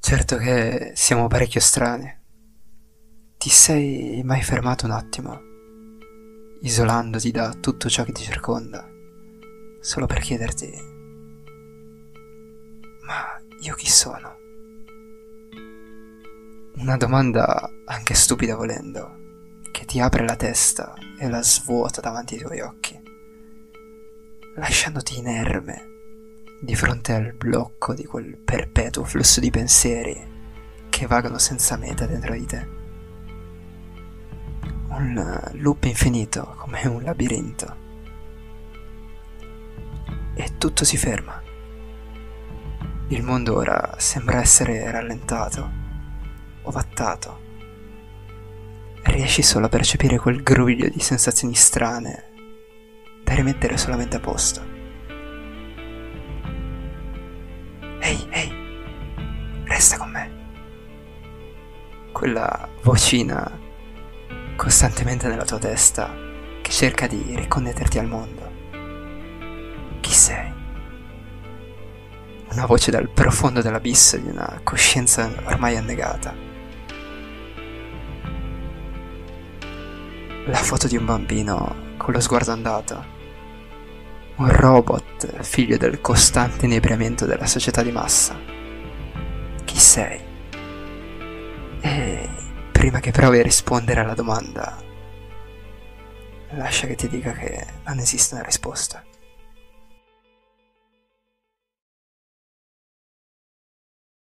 Certo che siamo parecchio strani. Ti sei mai fermato un attimo, isolandoti da tutto ciò che ti circonda, solo per chiederti, ma io chi sono? Una domanda anche stupida volendo, che ti apre la testa e la svuota davanti ai tuoi occhi, lasciandoti inerme di fronte al blocco di quel perpetuo flusso di pensieri che vagano senza meta dentro di te. Un loop infinito come un labirinto. E tutto si ferma. Il mondo ora sembra essere rallentato, ovattato. Riesci solo a percepire quel gruglio di sensazioni strane da rimettere solamente a posto. Ehi, ehi, resta con me. Quella vocina costantemente nella tua testa che cerca di riconnetterti al mondo. Chi sei? Una voce dal profondo dell'abisso di una coscienza ormai annegata. La foto di un bambino con lo sguardo andato. Un robot figlio del costante inebriamento della società di massa. Chi sei? E prima che provi a rispondere alla domanda, lascia che ti dica che non esiste una risposta.